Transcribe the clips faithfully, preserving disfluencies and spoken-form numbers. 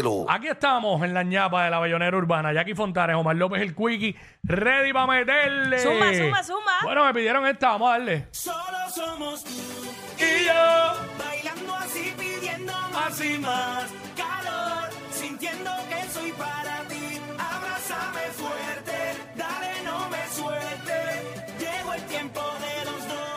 dímelo. Aquí estamos en la ñapa de la Bellonera Urbana. Jackie Fontanes, Omar López, el Quickie, ready para meterle. Zumba, zumba, zumba. Bueno, me pidieron esta, vamos a darle. Solo somos tú Y yo, bailando así, pidiendo más y más calor, sintiendo que soy para ti. Abrázame fuerte, dale, no me suelte. Llegó el tiempo de los dos.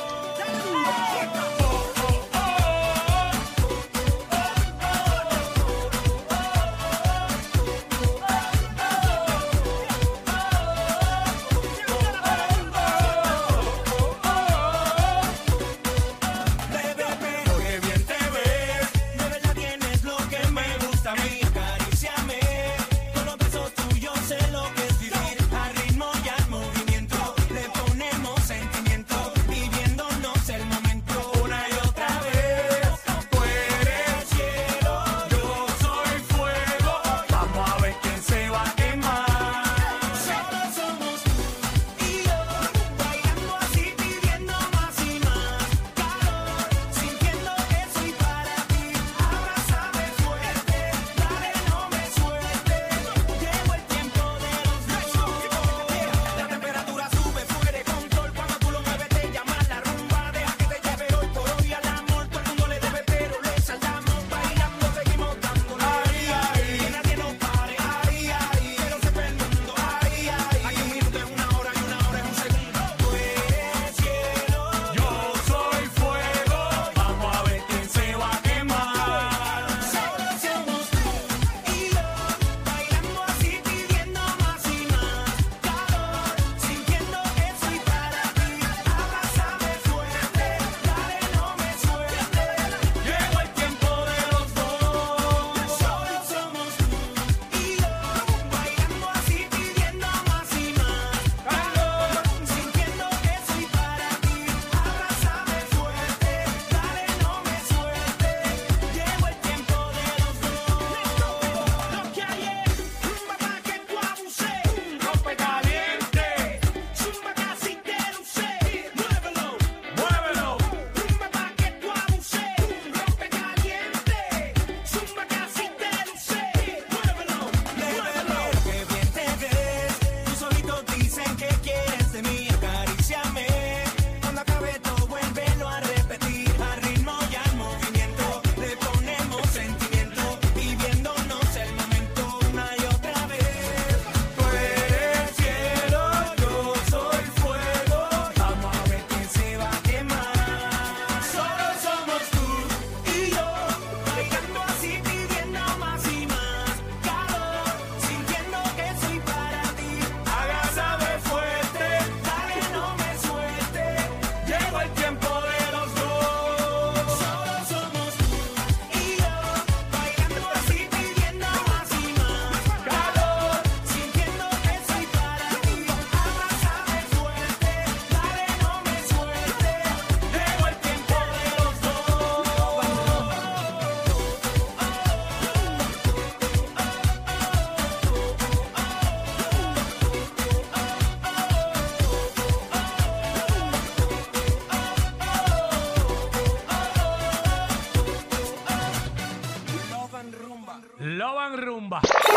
Loban Rumba.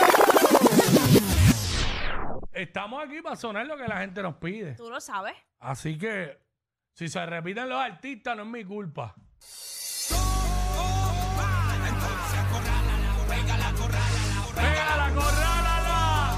Estamos aquí para sonar lo que la gente nos pide. Tú lo sabes. Así que, si se repiten los artistas, no es mi culpa. ¡Pégala, corrálala!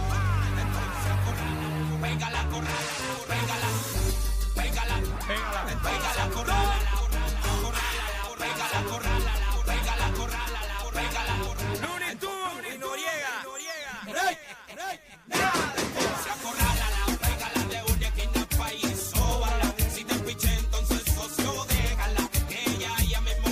Pégala, corrala, pégala, pégala, Pégala. pégala, corrala, pégala, corrala, pégala, corrala, pégala. Looney Tunes y Noriega, Noriega. Se acorrala, pégala de una esquina al país, sóbala. Si te piché, entonces socio, déjala. Ella, ella mismo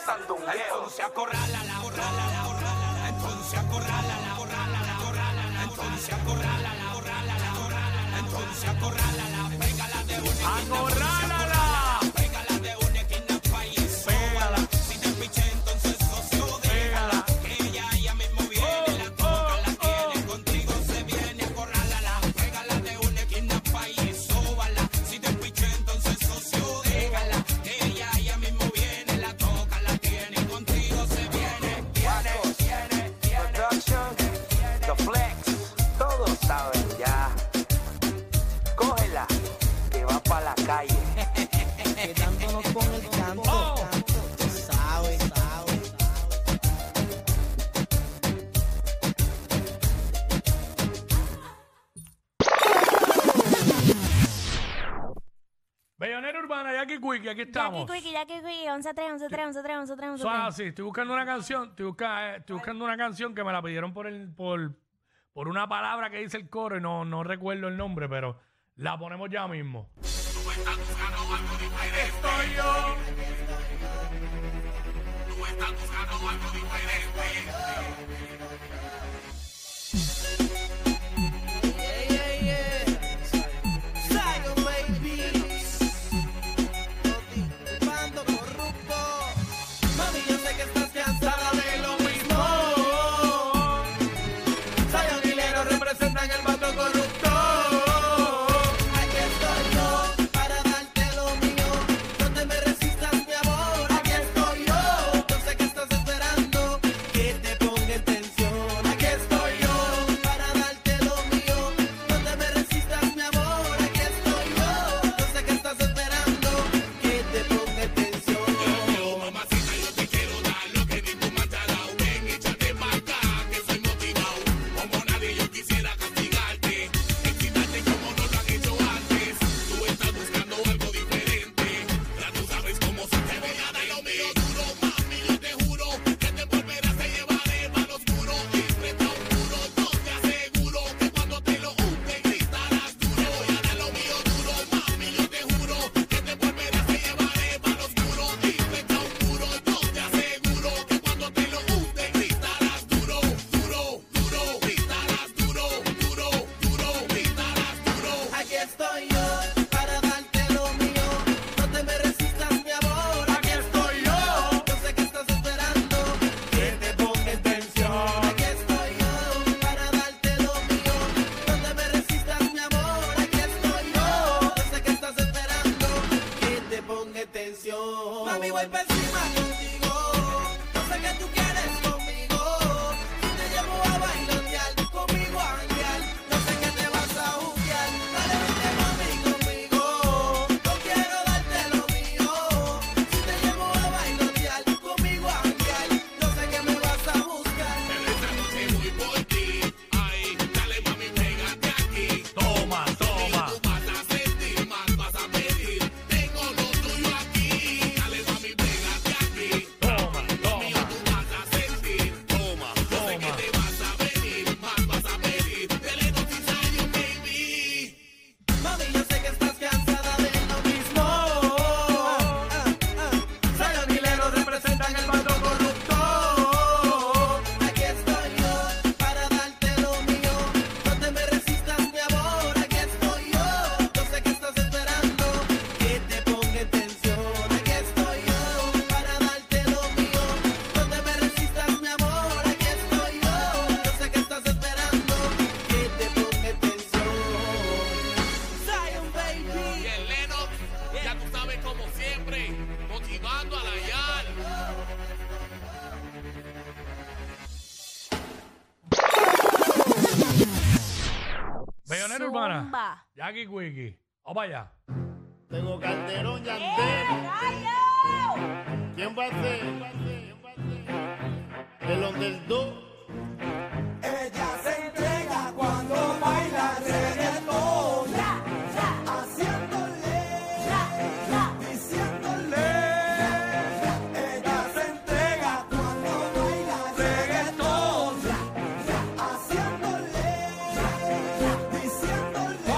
sandungueo. Entonces acorrálala, acorrálala, acorrálala. Entonces acorrálala, acorrálala, acorrálala. Entonces acorrálala, acorrálala, acorrálala. Entonces acorrálala, pégala de una ¡Acorrálala! Pégala de una esquina al país. Pégala. Si te piché, entonces socio, déjala. Que ella, ella mismo viene, la toca, la tiene. Contigo se viene, acorrálala. Pégala de una esquina al país. Sóbala. Si te piché, entonces socio, déjala. Que ella, ella mismo viene, la toca, la tiene. Contigo se viene, viene, viene, viene. Production, The Flex, todos saben ya. Cógela, que va pa' la calle. Quedándonos con el canto, Oh. canto, tú sabes, sabes. Bellonera Urbana, Jackie Quickie, aquí estamos. Jackie Quickie, Jackie Quickie, once tres, once tres, once tres, once tres, once Eso es tres. así, estoy buscando una canción, estoy, busca- eh, estoy buscando una canción que me la pidieron por el, por, por una palabra que dice el coro y no, no recuerdo el nombre, pero la ponemos ya mismo. Estoy yo. Zion, baby. Bando corrupto. Mami, yo sé que estás cansada de lo mismo. Zion y Leno representan el bando corrupto. Aquí estoy yo para darte lo mío. No te me resistas, mi amor. Aquí estoy yo. Yo sé que estás esperando que te ponga en tensión. Aquí estoy yo para darte lo mío. No te me resistas, mi amor. Aquí estoy yo. Yo sé que estás esperando que te ponga en tensión. Aquí estoy yo para darte lo mío. No te me resistas, mi amor. Aquí estoy yo. Yo sé que estás esperando que te ponga en tensión. Aquí estoy yo para darte lo mío. No te me resistas, mi amor. Aquí estoy yo. Yo sé que estás esperando que te ponga en tensión. Mami, voy para encima contigo. Yo sé que tú quieres conmigo. Si te llevo a bailotear, conmigo a janguear, yo sé que te vas a juzgar. Dale, vente, mami, conmigo. Yo quiero darte lo mío. Si te llevo a bailotear, conmigo a janguear, yo sé que me vas a buscar. Toma, toma. Toma, toma. Toma. Mami, yo sé que estás cansada de lo mismo. Zion y Leno representan el bando corrupto. Aquí estoy yo para darte lo mío. No te me resistas, mi amor. Aquí estoy yo. Yo sé que estás esperando que te ponga en tensión. Aquí estoy yo para darte lo mío. No te me resistas, mi amor. Aquí estoy yo. Yo sé que estás esperando que te ponga en tensión. Zion, baby. Y el Lennox, ya tú sabes, como siempre, motivando a la YAL. Bellonera Zumba. Urbana, Jackie Quickie. Vamos para allá. Tengo Calderón, Yandel. ¿Quién va a ser? El underdog. Ella se entrega cuando baila reggaetón, haciéndole, diciéndole. Ella se entrega cuando baila reggaetón, haciéndole, diciéndole.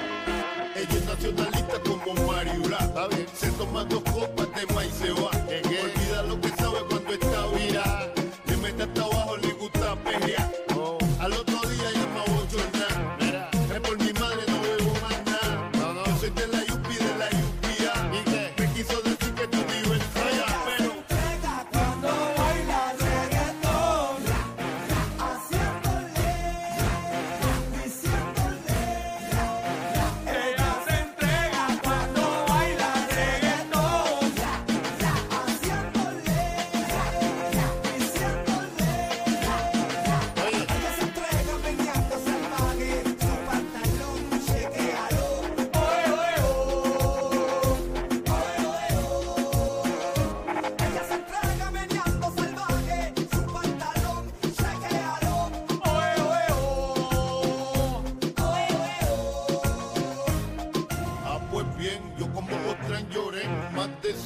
Ella es nacionalista como Mariula. Se toma dos copas de maíz y se va. En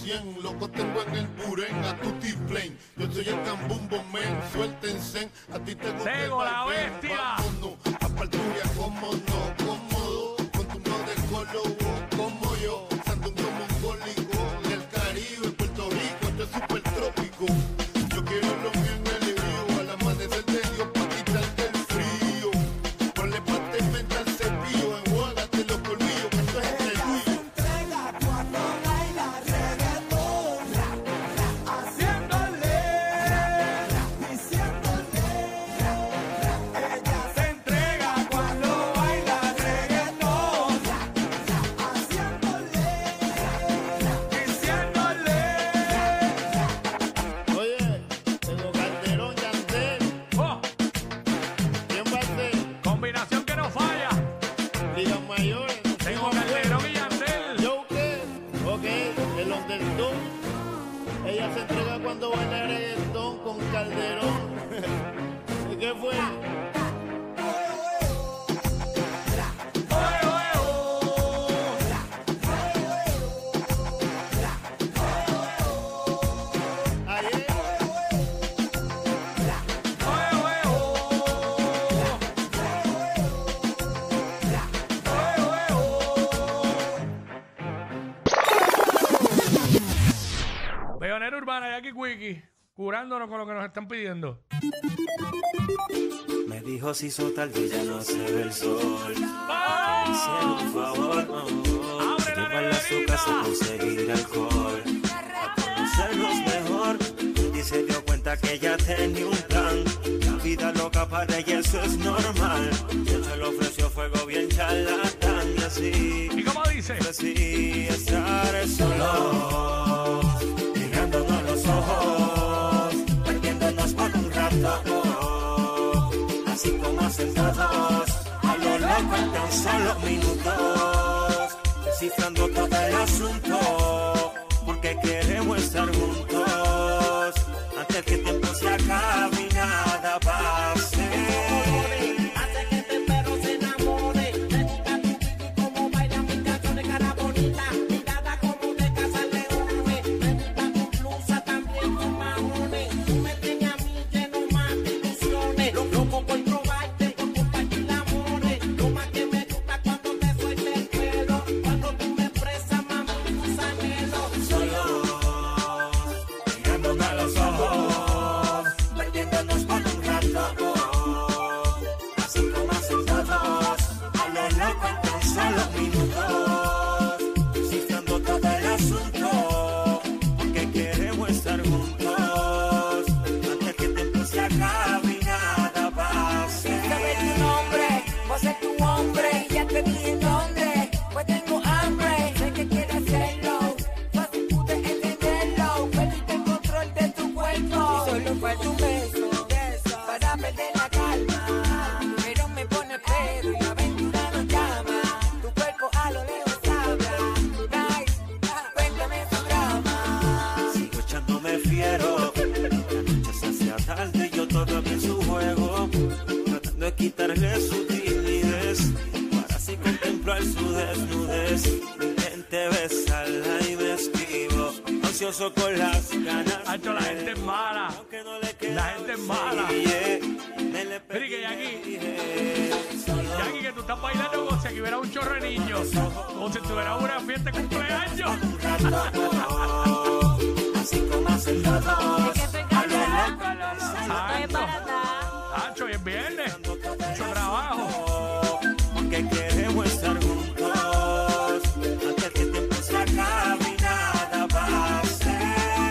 cien, loco tengo en el buren a tutti plain. Yo soy el cambumbo men, suéltense, a ti te gusta el Tego, la vaivén. bestia. Vámonos, a Parturia, como no, cómodo, con tu no de colo, como yo, Sandungo mongólico, del Caribe, Puerto Rico, esto es super trópico. Yo quiero lo mío en el río, al amanecer de Dios pa' quitarte el frío. Ponle pasta y menta al cepillo, enjuágate los colmillos, que esto es el tuyo. Se entrega cuando baila reggaetón. Diciéndole. Oye, tengo Calderón y Yandel. Oh, ¿Quién va a ser? combinación que no falla. Ligas mayores. no Tengo sé, Calderón y Yandel. ¿Yo qué? Ok, el underdog. Ella se entrega cuando baila reggaetón con Calderón. ¿Y qué fue? Oe, oe, oh. Ayer. Oe, oe, oh. Oe, oe, oh. Bellonera Urbana, Jackie Quickie, curándonos con lo que nos están pidiendo. Me dijo si hizo tarde ya no se ve el sol. ¡Ah! Hicieron un favor, no. ¡Abre la Llevarla a su neverita! casa a conseguir alcohol. A conocernos mejor. Y se dio cuenta que ella tenía un plan. La vida loca para ella eso es normal. De hecho le ofreció fuego bien charlatán. Y así, ¿Y cómo dice? así estar solo. Mirándonos a los ojos. Perdiéndonos por un rato. Así como hacen todos, a lo loco en tan solo minutos, descifrando todo el asunto, porque queremos estar juntos, antes que el tiempo se acabe y nada pase. Hace que este perro se enamore. Me gusta tu pico y cómo baila mi canción de cara bonita. Mirada como de casa leones. Me gusta tu blusa también con mamones. Tú me tienes a mí lleno más de ilusiones. Lo- Loco por probarte, por compartir amores. Lo más que me gusta cuando te suelta el pelo. Cuando tú me expresas, mami, tus anhelos. Solo, mirándome a los ojos, perdiéndonos por un rato, así como hacen todos, a lo loco en tan solo minutos, descifrando todo el asunto, porque queremos estar juntos, antes que el tiempo se acabe y nada pase. Saber tu nombre, voy a ser tu hombre. Ya te dije dónde, pues tengo hambre. Sé que quieres hacerlo, fácil pude entenderlo. Perdiste el control de tu cuerpo y solo falta un beso para perder la calma. Pero me pone pedo y la aventura nos llama. Tu cuerpo a lo lejos habla. Nice, cuéntame tu drama. Sigo echándome fiero, la noche se hacía tarde y yo todavía en su juego, tratando de quitarle su timidez, para así contemplar su desnudez. Intenté besarla y me esquivo, ansioso con las ganas. Hacho, la gente es mala. Aunque no le queda La gente es mala. me le Mire pedí, que Jackie, dije, solo Jackie, que tú estás bailando como si aquí hubiera un chorro de niños. Como si tuviera una fiesta de cumpleaños. un rato, así como hacen todos. Es que estoy A lo cansada. loco en tan solo Estoy embarazada. Hacho, hoy es viernes. Mucho trabajo. porque queremos estar juntos, antes que el tiempo se acabe y nada pase.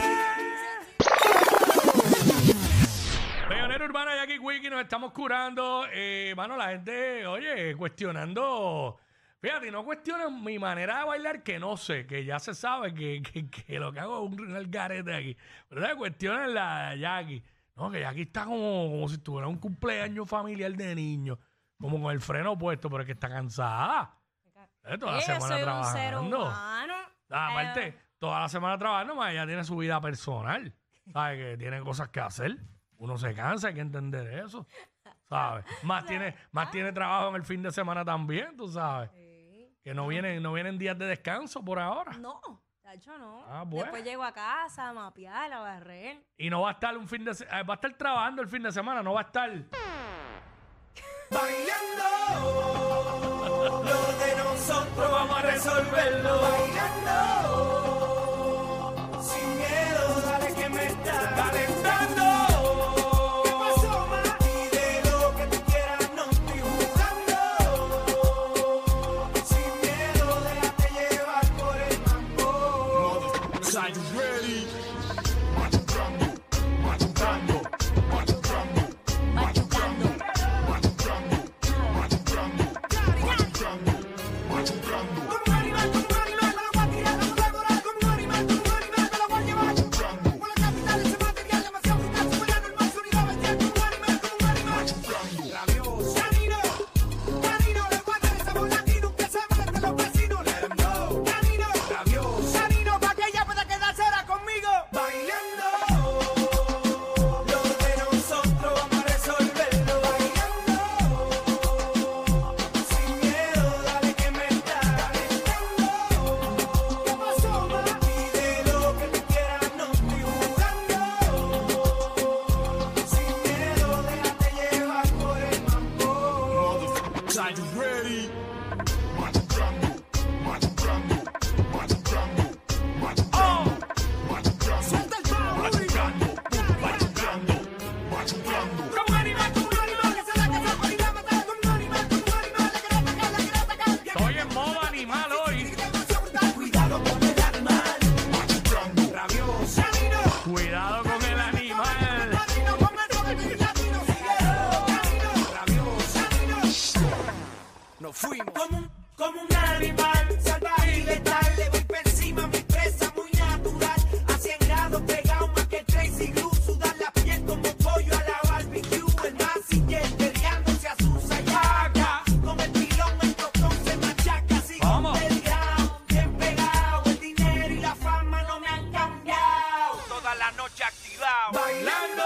Bellonera Urbana, Jackie Quickie, nos estamos curando. Eh, mano, la gente, oye, cuestionando. Fíjate, no cuestionan mi manera de bailar, que no sé, que ya se sabe que, que, que lo que hago es un garete aquí. Pero ¿sabes? Cuestionan la de Jackie. No, que Jackie está como, como si tuviera un cumpleaños familiar de niño, como con el freno puesto, pero es que está cansada. Eh, toda la Yo semana soy un ser trabajando. humano. Ah, aparte, Eh, toda la semana trabajando, más ella tiene su vida personal. ¿Sabes? Que tiene cosas que hacer. Uno se cansa, hay que entender eso. ¿Sabes? Más tiene, más tiene trabajo en el fin de semana también, tú sabes. Que no vienen, no vienen días de descanso por ahora. No, Tacho, no. Ah, bueno. Después llego a casa a mapear, a barrer. Y no va a estar un fin de se- eh, va a estar trabajando el fin de semana, no va a estar. Bailando, lo de nosotros vamos a resolverlo. Bailando, sin miedo, dale que me está calentando. ¿Qué pasó, ma? Pide lo que tú quieras, no estoy jugando. Sin miedo, déjate llevar por el mambo. Are you ready? Machucando, machucando, machucando, machucando, machucando, machucando, machucando, machucando. Como un animal, como un animal, me lo voy a tirar, me lo voy a devorar. Como un animal, como un animal, me lo voy a llevar. Por la capital, ese material demasiado brutal, super anormal, sonido bestial. Como un animal, como un animal. Rabioso. Canino, canino, le voy a dar esa bola latino que se moleste los vecinos. Let 'em know. Canino, rabioso. Canino, pa' que ella pueda quedarse ahora conmigo. Bailando, lo de nosotros vamos a resolverlo. Bailando, sin miedo, dale que me está calentando. ¿Qué pasó, ma? Pide lo que tú quieras, no estoy jugando. Sin miedo, déjate llevar por el mambo. Are you ready? Machucando, machucando, machucando, machucando, machucando, Suelta el pavo, machucando, machucando, machucando. como un animal, como un animal que se la casa por ir a matar. Como un animal, como un animal, le quiere atacar, le quiere atacar. Estoy en modo animal hoy. Demasiado brutal, cuidado con el animal. Rabioso. Canino, Cuidado con el animal. canino, con eso que el latino sigue. Canino, rabioso. Canino. Nos fuimos. Como un, como un animal salvaje y letal. Le voy por encima a mi presa muy natural. A cien grados pegado más que Tracy Glue. Sudar la piel como pollo a la barbecue. El masiller peleándose a su sayaca. Con el pilón el tostón se machaca. Sigo Vamos. del ground, bien pegado. El dinero y la fama no me han cambiado. Toda la noche activado. Bailando,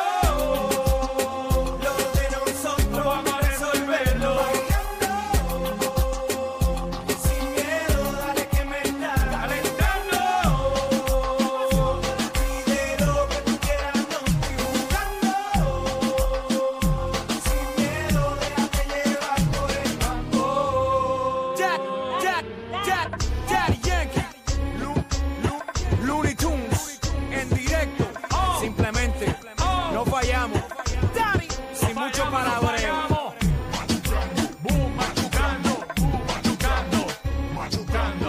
lo de nosotros vamos a resolverlo. Bailando, sin miedo, dale que me está calentando. Pide lo que tú quieras, no estoy jugando. Sin miedo, déjate llevar por el mambo. Jack, Jack, Jack, Daddy Yankee, Lu, Lu, Looney Tunes, en directo. Simplemente no fallamos. Sin mucho palabreo. Vamos. Boom, machucando, boom, machucando, machucando.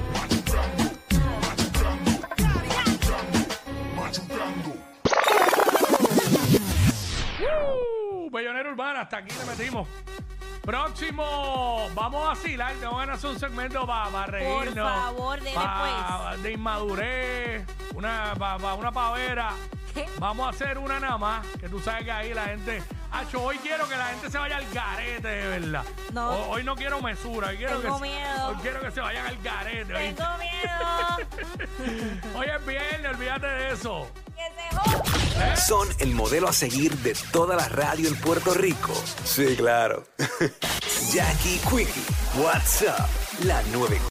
Uh, Bellonera Urbana, hasta aquí le metimos. Próximo, vamos a vacilar, tengo ganas de hacer un segmento para reírnos. favor, dele pa- De inmadurez, una pa, pa- una pavera. ¿Qué? Vamos a hacer una nada más, que tú sabes que ahí la gente... Acho, hoy quiero que la gente se vaya al garete, de verdad. No. Ho- hoy no quiero mesura, hoy quiero, Tengo que, se- miedo. hoy quiero que se vayan al garete. ¿oíste? Tengo miedo. Hoy es viernes, olvídate de eso. Que se joda. Son el modelo a seguir de toda la radio en Puerto Rico. Sí, claro. Jackie Quickie, WhatsApp, la nueve.